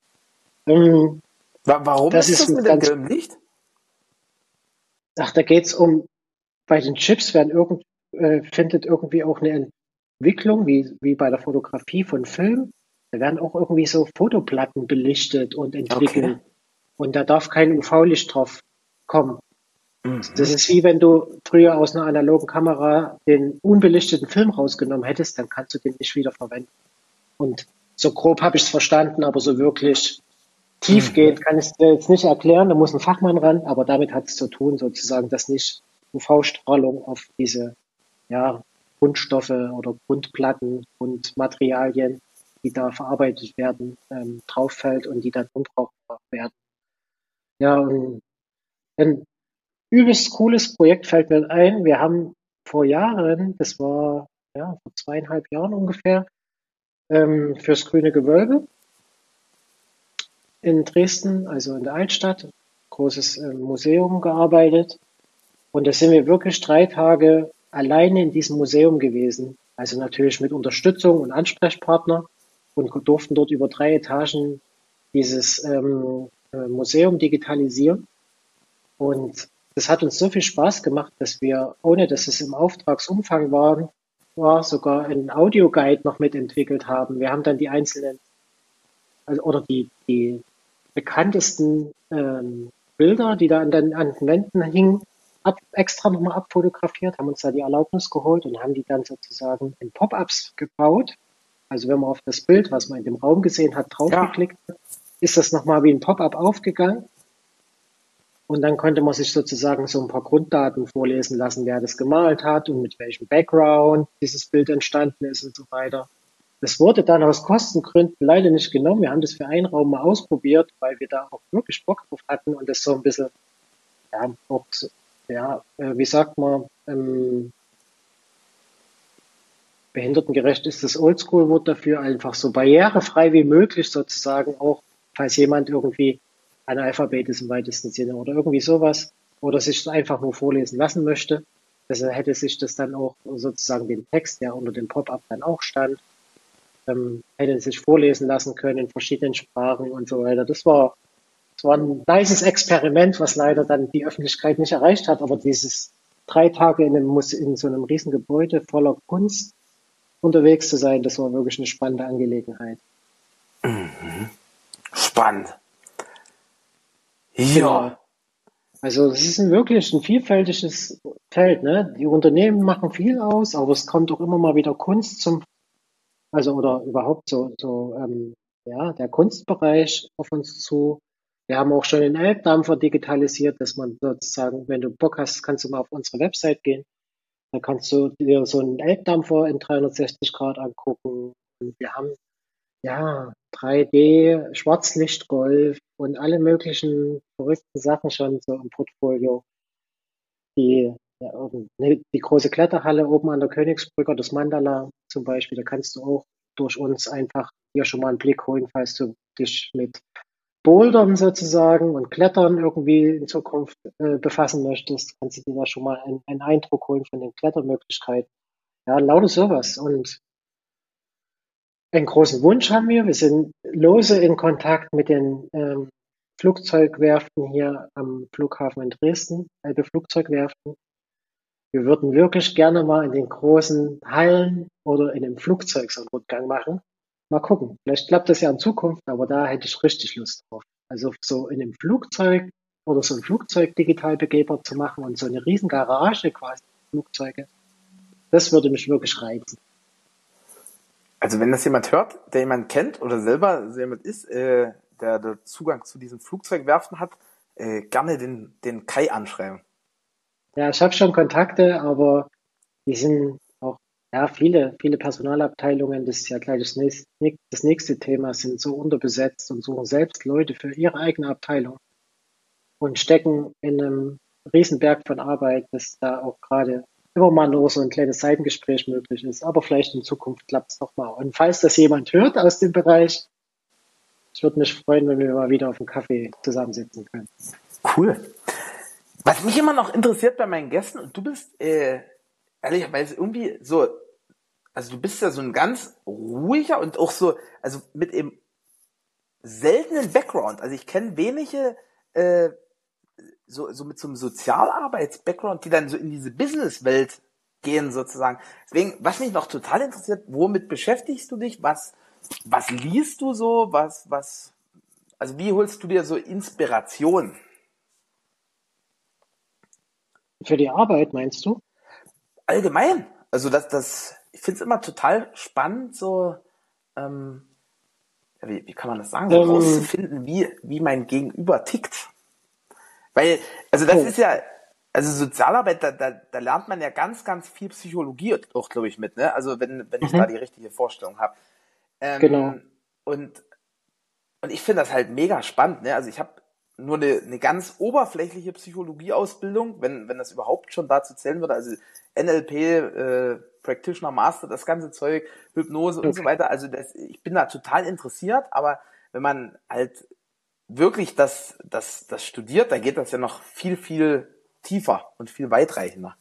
Warum Das ist ist das ein mit dem ganz, gelben Licht? ach, da geht es um, bei den Chips findet irgendwie auch eine Entwicklung, wie bei der Fotografie von Film. Da werden auch irgendwie so Fotoplatten belichtet und Okay. entwickelt. Und da darf kein UV-Licht drauf kommen. Das Mhm. ist wie wenn du früher aus einer analogen Kamera den unbelichteten Film rausgenommen hättest, dann kannst du den nicht wieder verwenden. Und so grob habe ich es verstanden, aber so wirklich tiefgehend kann ich es dir jetzt nicht erklären. Da muss ein Fachmann ran, aber damit hat es zu tun, sozusagen, dass nicht UV-Strahlung auf diese ja, Grundstoffe oder Grundplatten und Materialien, die da verarbeitet werden, drauf fällt und die dann unbrauchbar werden. Ja, und ein übelst cooles Projekt fällt mir ein. Wir haben vor Jahren, das war ja vor 2,5 Jahren ungefähr, fürs Grüne Gewölbe in Dresden, also in der Altstadt, großes Museum gearbeitet. Und da sind wir wirklich 3 Tage alleine in diesem Museum gewesen. Also natürlich mit Unterstützung und Ansprechpartner und durften dort über 3 Etagen dieses Museum digitalisieren. Und das hat uns so viel Spaß gemacht, dass wir, ohne dass es im Auftragsumfang war sogar einen Audioguide noch mitentwickelt haben. Wir haben dann die einzelnen, also, oder die bekanntesten Bilder, die da an den Wänden hingen, extra nochmal abfotografiert, haben uns da die Erlaubnis geholt und haben die dann sozusagen in Pop-ups gebaut. Also wenn man auf das Bild, was man in dem Raum gesehen hat, Ja. draufgeklickt hat, ist das nochmal wie ein Pop-up aufgegangen. Und dann konnte man sich sozusagen so ein paar Grunddaten vorlesen lassen, wer das gemalt hat und mit welchem Background dieses Bild entstanden ist und so weiter. Das wurde dann aus Kostengründen leider nicht genommen. Wir haben das für einen Raum mal ausprobiert, weil wir da auch wirklich Bock drauf hatten und das so ein bisschen, ja, auch, ja, wie sagt man, behindertengerecht ist das Oldschool-Wort dafür, einfach so barrierefrei wie möglich sozusagen, auch falls jemand irgendwie Analphabet ist im weitesten Sinne oder irgendwie sowas oder sich einfach nur vorlesen lassen möchte. Also hätte sich das dann auch sozusagen den Text, der unter dem Pop-up dann auch stand, hätte sich vorlesen lassen können in verschiedenen Sprachen und so weiter. Das war ein nices Experiment, was leider dann die Öffentlichkeit nicht erreicht hat, aber dieses 3 Tage in so einem riesen Gebäude voller Kunst unterwegs zu sein, das war wirklich eine spannende Angelegenheit. Spannend. Genau. Ja. Also es ist wirklich ein vielfältiges Feld, ne? Die Unternehmen machen viel aus, aber es kommt auch immer mal wieder Kunst also oder überhaupt ja, der Kunstbereich auf uns zu. Wir haben auch schon den Elbdampfer digitalisiert, dass man sozusagen, wenn du Bock hast, kannst du mal auf unsere Website gehen. Da kannst du dir so einen Elbdampfer in 360 Grad angucken. Und wir haben ja 3D, Schwarzlichtgolf und alle möglichen verrückten Sachen schon so im Portfolio. Die große Kletterhalle oben an der Königsbrücke, das Mandala zum Beispiel, da kannst du auch durch uns einfach hier schon mal einen Blick holen, falls du dich mit Bouldern sozusagen und Klettern irgendwie in Zukunft befassen möchtest, kannst du dir da schon mal einen Eindruck holen von den Klettermöglichkeiten. Ja, lauter sowas. Und einen großen Wunsch haben wir. Wir sind lose in Kontakt mit den Flugzeugwerften hier am Flughafen in Dresden, Elbe Flugzeugwerften. Wir würden wirklich gerne mal in den großen Hallen oder in dem Flugzeug so einen Rundgang machen. Mal gucken. Vielleicht klappt das ja in Zukunft, aber da hätte ich richtig Lust drauf. Also so in einem Flugzeug oder so ein Flugzeug digital begehbar zu machen und so eine riesen Garage quasi Flugzeuge, das würde mich wirklich reizen. Also wenn das jemand hört, der jemand kennt oder selber so jemand ist, der Zugang zu diesen Flugzeugwerften hat, gerne den Kai anschreiben. Ja, ich habe schon Kontakte, aber die sind auch, ja, viele Personalabteilungen, das ist ja gleich das nächste Thema, sind so unterbesetzt und suchen selbst Leute für ihre eigene Abteilung und stecken in einem Riesenberg von Arbeit, dass da auch gerade immer mal nur so ein kleines Seitengespräch möglich ist. Aber vielleicht in Zukunft klappt es noch mal. Und falls das jemand hört aus dem Bereich, ich würde mich freuen, wenn wir mal wieder auf einen Kaffee zusammensitzen können. Cool. Was mich immer noch interessiert bei meinen Gästen, und du bist ehrlicherweise irgendwie so, also du bist ja so ein ganz ruhiger und auch so, also mit eben seltenen Background. Also ich kenne wenige so mit so einem Sozialarbeits-Background, die dann so in diese Businesswelt gehen sozusagen. Deswegen, was mich noch total interessiert, womit beschäftigst du dich? Was liest du so? Also wie holst du dir so Inspiration? Für die Arbeit, meinst du? Allgemein. Also ich finde es immer total spannend, so, ähm, ja, wie kann man das sagen, so Ähm, rauszufinden, wie mein Gegenüber tickt. Weil, also das oh, ist ja, also Sozialarbeit, da lernt man ja ganz, ganz viel Psychologie auch, glaube ich, mit, ne? Also wenn ich da mhm, die richtige Vorstellung habe. genau. Und ich finde das halt mega spannend, ne? Also ich habe nur eine ganz oberflächliche Psychologieausbildung, wenn das überhaupt schon dazu zählen würde. Also NLP, Practitioner Master, das ganze Zeug, Hypnose und so Okay. weiter. Also ich bin da total interessiert, aber wenn man halt wirklich das studiert, da geht das ja noch viel, viel tiefer und viel weitreichender.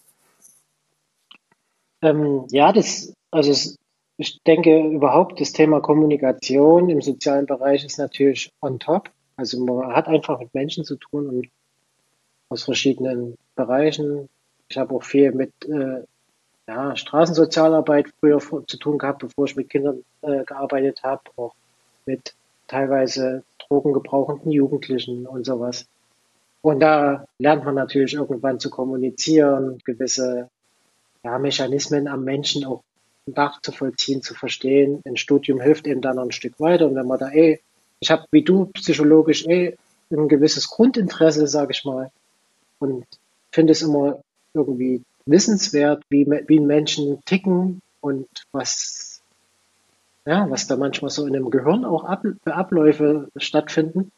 Ja, ich denke überhaupt, das Thema Kommunikation im sozialen Bereich ist natürlich on top. Also man hat einfach mit Menschen zu tun und aus verschiedenen Bereichen. Ich habe auch viel mit ja, Straßensozialarbeit früher zu tun gehabt, bevor ich mit Kindern gearbeitet habe, auch mit teilweise drogengebrauchenden Jugendlichen und sowas. Und da lernt man natürlich irgendwann zu kommunizieren, gewisse ja, Mechanismen am Menschen auch nachzuvollziehen, zu verstehen. Ein Studium hilft eben dann noch ein Stück weiter. Und wenn man da ich habe wie du psychologisch ein gewisses Grundinteresse, sage ich mal, und finde es immer irgendwie wissenswert, wie Menschen ticken und was da manchmal so in dem Gehirn auch für Abläufe stattfinden.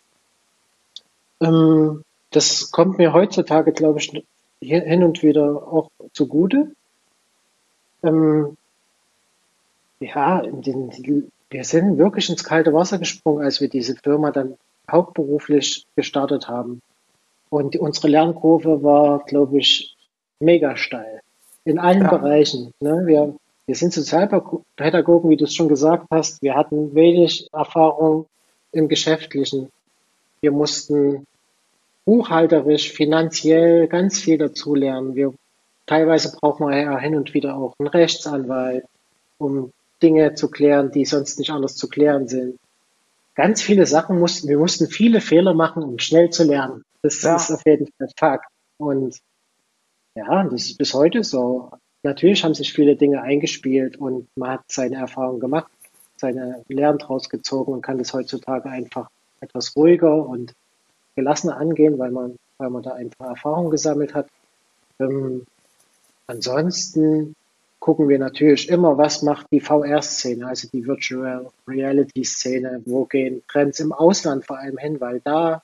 Das kommt mir heutzutage, glaube ich, hin und wieder auch zugute. Ähm, Ja, wir sind wirklich ins kalte Wasser gesprungen, als wir diese Firma dann hauptberuflich gestartet haben. Und unsere Lernkurve war, glaube ich, mega steil. In allen Ja, Bereichen. Ne? Wir sind Sozialpädagogen, wie du es schon gesagt hast. Wir hatten wenig Erfahrung im Geschäftlichen. Wir mussten buchhalterisch, finanziell ganz viel dazulernen. Teilweise braucht man ja hin und wieder auch einen Rechtsanwalt, um Dinge zu klären, die sonst nicht anders zu klären sind. Ganz viele wir mussten viele Fehler machen, um schnell zu lernen. Das ist ja. auf jeden Fall Fakt. Und ja, das ist bis heute so. Natürlich haben sich viele Dinge eingespielt und man hat seine Erfahrungen gemacht, seine Lehren draus gezogen und kann das heutzutage einfach etwas ruhiger und gelassener angehen, weil man da einfach Erfahrung gesammelt hat. Ähm, Ansonsten gucken wir natürlich immer, was macht die VR-Szene, also die Virtual Reality-Szene, wo gehen Trends im Ausland vor allem hin, weil da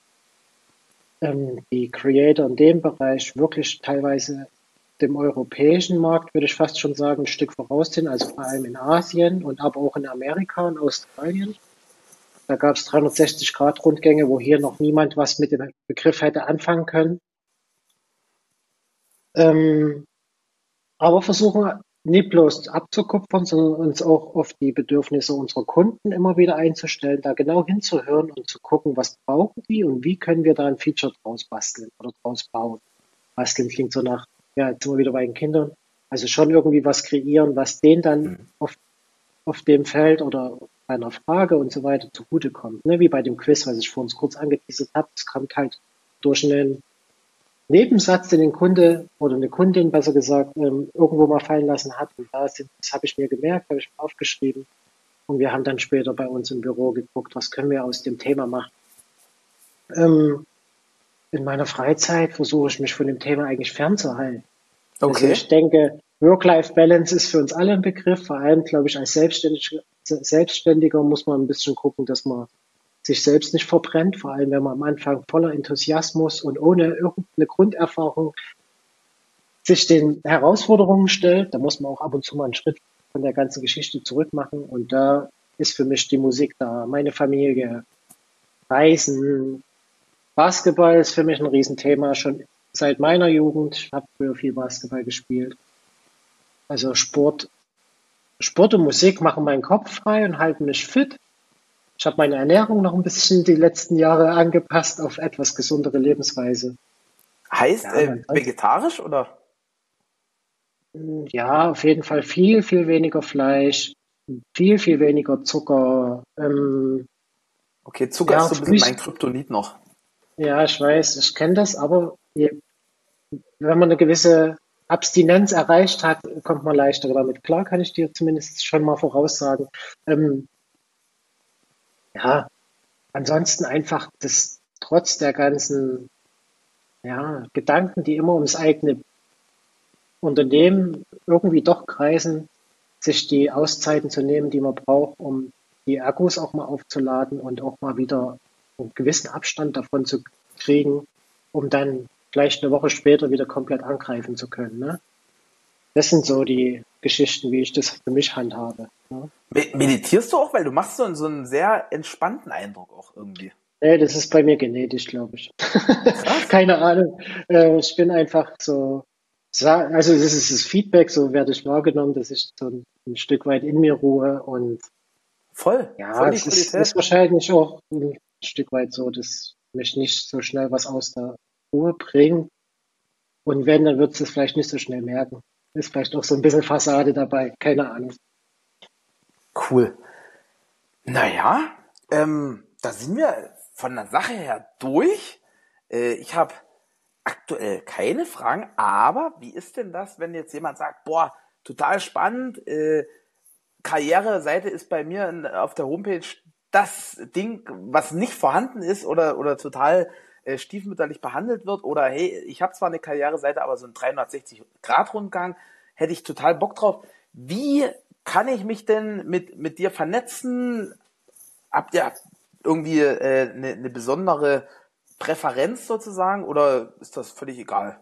die Creator in dem Bereich wirklich teilweise dem europäischen Markt, würde ich fast schon sagen, ein Stück voraus sind, also vor allem in Asien und aber auch in Amerika und Australien. Da gab es 360-Grad-Rundgänge, wo hier noch niemand was mit dem Begriff hätte anfangen können. Ähm, Aber versuchen nicht bloß abzukupfern, sondern uns auch auf die Bedürfnisse unserer Kunden immer wieder einzustellen, da genau hinzuhören und zu gucken, was brauchen die und wie können wir da ein Feature draus basteln oder draus bauen. Basteln klingt so nach, ja, jetzt sind wir wieder bei den Kindern. Also schon irgendwie was kreieren, was denen dann auf dem Feld oder bei einer Frage und so weiter zugutekommt. Ne? Wie bei dem Quiz, was ich vorhin kurz angeteasert habe. Das kommt halt durch einen Nebensatz, den ein Kunde oder eine Kundin besser gesagt irgendwo mal fallen lassen hat. Und das habe ich mir gemerkt, habe ich mir aufgeschrieben. Und wir haben dann später bei uns im Büro geguckt, was können wir aus dem Thema machen. Ähm, in meiner Freizeit versuche ich mich von dem Thema eigentlich fernzuhalten. Also Okay. ich denke, Work-Life-Balance ist für uns alle ein Begriff. Vor allem, glaube ich, als Selbstständiger muss man ein bisschen gucken, dass man sich selbst nicht verbrennt. Vor allem, wenn man am Anfang voller Enthusiasmus und ohne irgendeine Grunderfahrung sich den Herausforderungen stellt. Da muss man auch ab und zu mal einen Schritt von der ganzen Geschichte zurück machen. Und da ist für mich die Musik da. Meine Familie, Reisen, Basketball ist für mich ein Riesenthema, schon seit meiner Jugend. Ich habe früher viel Basketball gespielt. Also Sport und Musik machen meinen Kopf frei und halten mich fit. Ich habe meine Ernährung noch ein bisschen die letzten Jahre angepasst auf etwas gesundere Lebensweise. Heißt Ja, und ansonsten, vegetarisch oder? ja, auf jeden Fall viel, viel weniger Fleisch, viel, viel weniger Zucker. Okay, Zucker ist Ja, so ein für bisschen mein mich, Kryptonit noch. ja, ich weiß, ich kenne das, aber wenn man eine gewisse Abstinenz erreicht hat, kommt man leichter damit klar, kann ich dir zumindest schon mal voraussagen. Ähm, ja, ansonsten einfach das trotz der ganzen ja, Gedanken, die immer ums eigene Unternehmen irgendwie doch kreisen, sich die Auszeiten zu nehmen, die man braucht, um die Akkus auch mal aufzuladen und auch mal wieder einen gewissen Abstand davon zu kriegen, um dann vielleicht eine Woche später wieder komplett angreifen zu können. Ne? Das sind so die Geschichten, wie ich das für mich handhabe. Ne? Meditierst du auch? Weil du machst so einen sehr entspannten Eindruck auch irgendwie. Nee, das ist bei mir genetisch, glaube ich. Krass. Keine Ahnung. Ich bin einfach so, also das ist das Feedback, so werde ich wahrgenommen, dass ich so ein Stück weit in mir ruhe und Voll ja, die es ist Qualität. wahrscheinlich auch ein Stück weit so, dass mich nicht so schnell was aus der Ruhe bringt. Und wenn, dann wird es vielleicht nicht so schnell merken. Ist vielleicht auch so ein bisschen Fassade dabei, keine Ahnung. Cool. Naja, da sind wir von der Sache her durch. Ich habe aktuell keine Fragen, aber wie ist denn das, wenn jetzt jemand sagt, boah, total spannend, Karriereseite ist bei mir auf der Homepage das Ding, was nicht vorhanden ist oder total stiefmütterlich behandelt wird oder hey, ich habe zwar eine Karriereseite, aber so ein 360-Grad-Rundgang hätte ich total Bock drauf. Wie kann ich mich denn mit dir vernetzen? Habt ihr irgendwie eine besondere Präferenz sozusagen oder ist das völlig egal?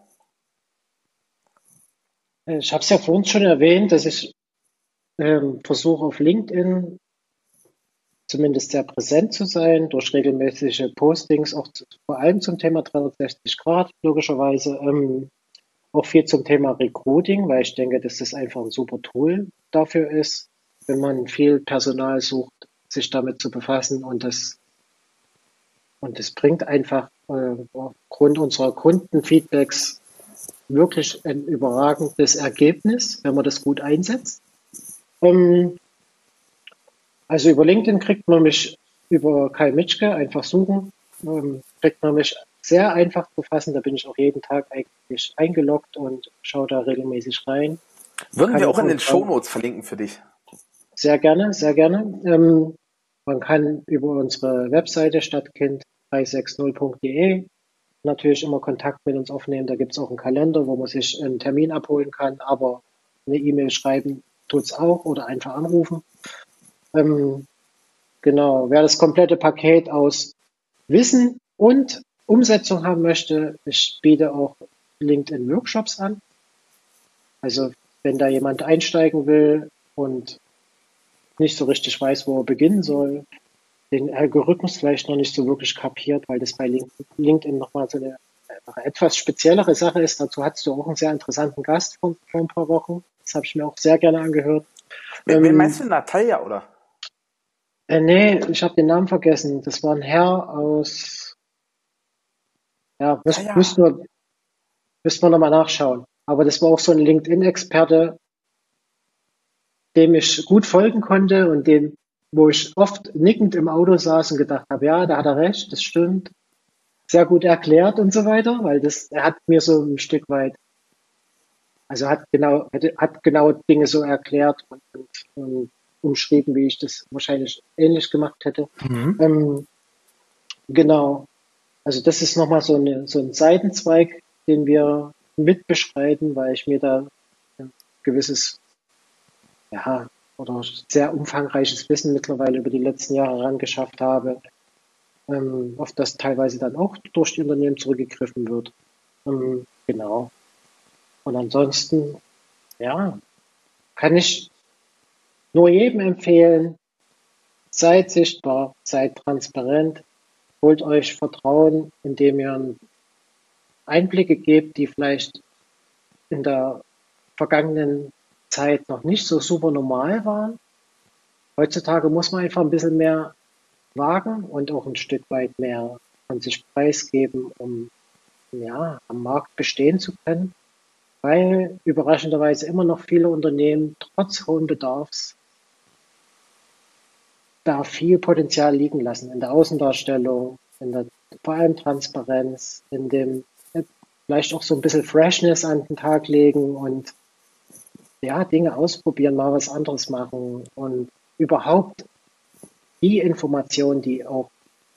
Ich habe es ja vorhin schon erwähnt, dass ich versuche auf LinkedIn zumindest sehr präsent zu sein, durch regelmäßige Postings, auch vor allem zum Thema 360 Grad, logischerweise. Auch viel zum Thema Recruiting, weil ich denke, dass das einfach ein super Tool dafür ist, wenn man viel Personal sucht, sich damit zu befassen. Und das bringt einfach aufgrund unserer Kundenfeedbacks wirklich ein überragendes Ergebnis, wenn man das gut einsetzt. Ähm, also über LinkedIn kriegt man mich über Kai Mitschke einfach suchen, kriegt man mich sehr einfach zu fassen. Da bin ich auch jeden Tag eigentlich eingeloggt und schaue da regelmäßig rein. Würden Kann wir auch auch in von den dran. Shownotes verlinken für dich. Sehr gerne, sehr gerne. Man kann über unsere Webseite stadtkind360.de natürlich immer Kontakt mit uns aufnehmen. Da gibt es auch einen Kalender, wo man sich einen Termin abholen kann, aber eine E-Mail schreiben tut's auch oder einfach anrufen. Ähm, genau, wer das komplette Paket aus Wissen und Umsetzung haben möchte, ich biete auch LinkedIn-Workshops an. Also wenn da jemand einsteigen will und nicht so richtig weiß, wo er beginnen soll, den Algorithmus vielleicht noch nicht so wirklich kapiert, weil das bei LinkedIn nochmal so eine etwas speziellere Sache ist. Dazu hattest du auch einen sehr interessanten Gast vor ein paar Wochen. Das habe ich mir auch sehr gerne angehört. Wen meinst du, Ähm, Natalia, oder? nee, ich habe den Namen vergessen. Das war ein Herr aus, ja, Ja, ja. müssten wir nochmal nachschauen. Aber das war auch so ein LinkedIn-Experte, dem ich gut folgen konnte und wo ich oft nickend im Auto saß und gedacht habe, ja, da hat er recht, das stimmt. sehr gut erklärt und so weiter, weil er hat mir so ein Stück weit, also hat genau Dinge so erklärt und umschrieben, wie ich das wahrscheinlich ähnlich gemacht hätte. Mhm. Ähm, genau. Also das ist nochmal so ein Seitenzweig, den wir mitbeschreiten, weil ich mir da ein gewisses, ja, oder sehr umfangreiches Wissen mittlerweile über die letzten Jahre herangeschafft habe, auf das teilweise dann auch durch die Unternehmen zurückgegriffen wird. Genau. Und ansonsten, ja, kann ich nur jedem empfehlen, seid sichtbar, seid transparent, holt euch Vertrauen, indem ihr Einblicke gebt, die vielleicht in der vergangenen Zeit noch nicht so super normal waren. Heutzutage muss man einfach ein bisschen mehr wagen und auch ein Stück weit mehr von sich preisgeben, um ja, am Markt bestehen zu können, weil überraschenderweise immer noch viele Unternehmen trotz hohen Bedarfs da viel Potenzial liegen lassen in der Außendarstellung, in der vor allem Transparenz, in dem vielleicht auch so ein bisschen Freshness an den Tag legen und ja, Dinge ausprobieren, mal was anderes machen und überhaupt die Informationen, die auch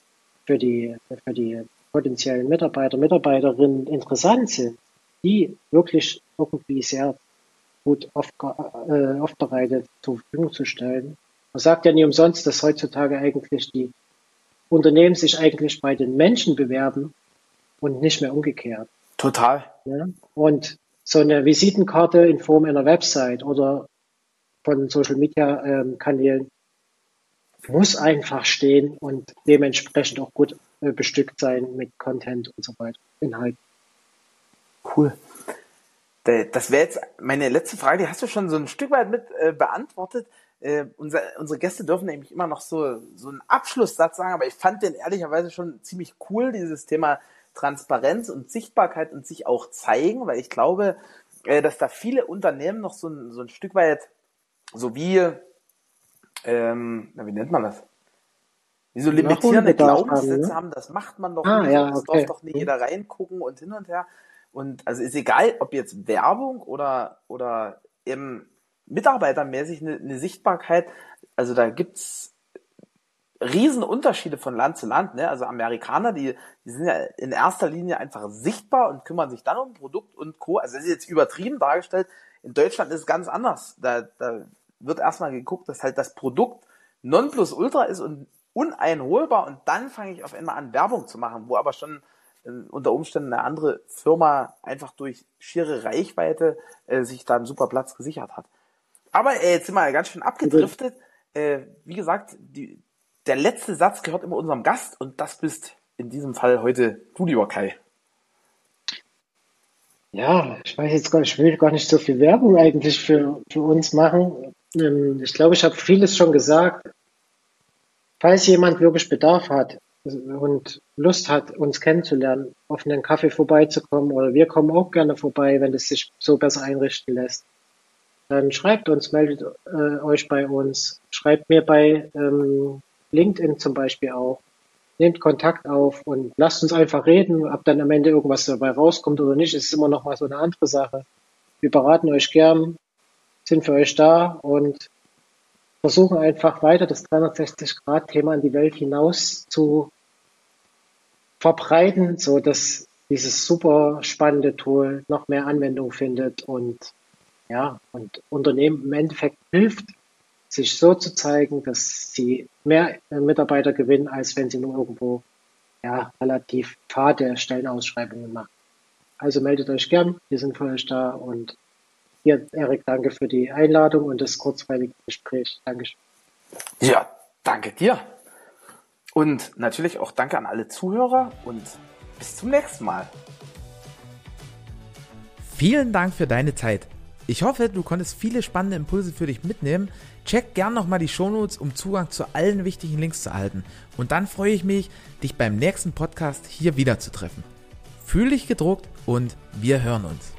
für die potenziellen Mitarbeiter, Mitarbeiterinnen interessant sind, die wirklich irgendwie sehr gut aufbereitet zur Verfügung zu stellen. Man sagt ja nie umsonst, dass heutzutage eigentlich die Unternehmen sich eigentlich bei den Menschen bewerben und nicht mehr umgekehrt. Total. Ja? Und so eine Visitenkarte in Form einer Website oder von Social Media Kanälen muss einfach stehen und dementsprechend auch gut bestückt sein mit Content und so weiter, Inhalt. Cool. Das wäre jetzt meine letzte Frage, die hast du schon so ein Stück weit mit beantwortet. Unsere Gäste dürfen nämlich immer noch so einen Abschlusssatz sagen, aber ich fand den ehrlicherweise schon ziemlich cool, dieses Thema Transparenz und Sichtbarkeit und sich auch zeigen, weil ich glaube, dass da viele Unternehmen noch so ein Stück weit so wie, wie nennt man das? Wie so limitierende Glaubenssätze haben, das macht man doch nicht, Ja, es darf okay. doch nicht jeder reingucken und hin und her. Und also ist egal, ob jetzt Werbung oder eben mitarbeitermäßig eine Sichtbarkeit, also da gibt's Riesenunterschiede von Land zu Land, ne? Also Amerikaner, die sind ja in erster Linie einfach sichtbar und kümmern sich dann um Produkt und Co. Also das ist jetzt übertrieben dargestellt. In Deutschland ist es ganz anders. Da wird erstmal geguckt, dass halt das Produkt Nonplusultra ist und uneinholbar und dann fange ich auf einmal an, Werbung zu machen, wo aber schon unter Umständen eine andere Firma einfach durch schiere Reichweite sich da einen super Platz gesichert hat. Aber jetzt sind wir ganz schön abgedriftet. Wie gesagt, der letzte Satz gehört immer unserem Gast und das bist in diesem Fall heute du, lieber Kai. Ja, ich weiß jetzt gar nicht, ich will gar nicht so viel Werbung eigentlich für uns machen. Ich glaube, ich habe vieles schon gesagt. Falls jemand wirklich Bedarf hat und Lust hat, uns kennenzulernen, auf einen Kaffee vorbeizukommen oder wir kommen auch gerne vorbei, wenn es sich so besser einrichten lässt, dann schreibt uns, meldet euch bei uns, schreibt mir bei LinkedIn zum Beispiel auch, nehmt Kontakt auf und lasst uns einfach reden, ob dann am Ende irgendwas dabei rauskommt oder nicht, ist immer noch mal so eine andere Sache. Wir beraten euch gern, sind für euch da und versuchen einfach weiter das 360-Grad-Thema in die Welt hinaus zu verbreiten, so dass dieses super spannende Tool noch mehr Anwendung findet und ja, und Unternehmen im Endeffekt hilft, sich so zu zeigen, dass sie mehr Mitarbeiter gewinnen, als wenn sie nur irgendwo ja, relativ fade Stellenausschreibungen machen. Also meldet euch gern, wir sind für euch da und hier, Erik, danke für die Einladung und das kurzweilige Gespräch. Dankeschön. Ja, danke dir. Und natürlich auch danke an alle Zuhörer und bis zum nächsten Mal. Vielen Dank für deine Zeit. Ich hoffe, du konntest viele spannende Impulse für dich mitnehmen. Check gern nochmal die Shownotes, um Zugang zu allen wichtigen Links zu erhalten. Und dann freue ich mich, dich beim nächsten Podcast hier wieder zu treffen. Fühl dich gedruckt und wir hören uns.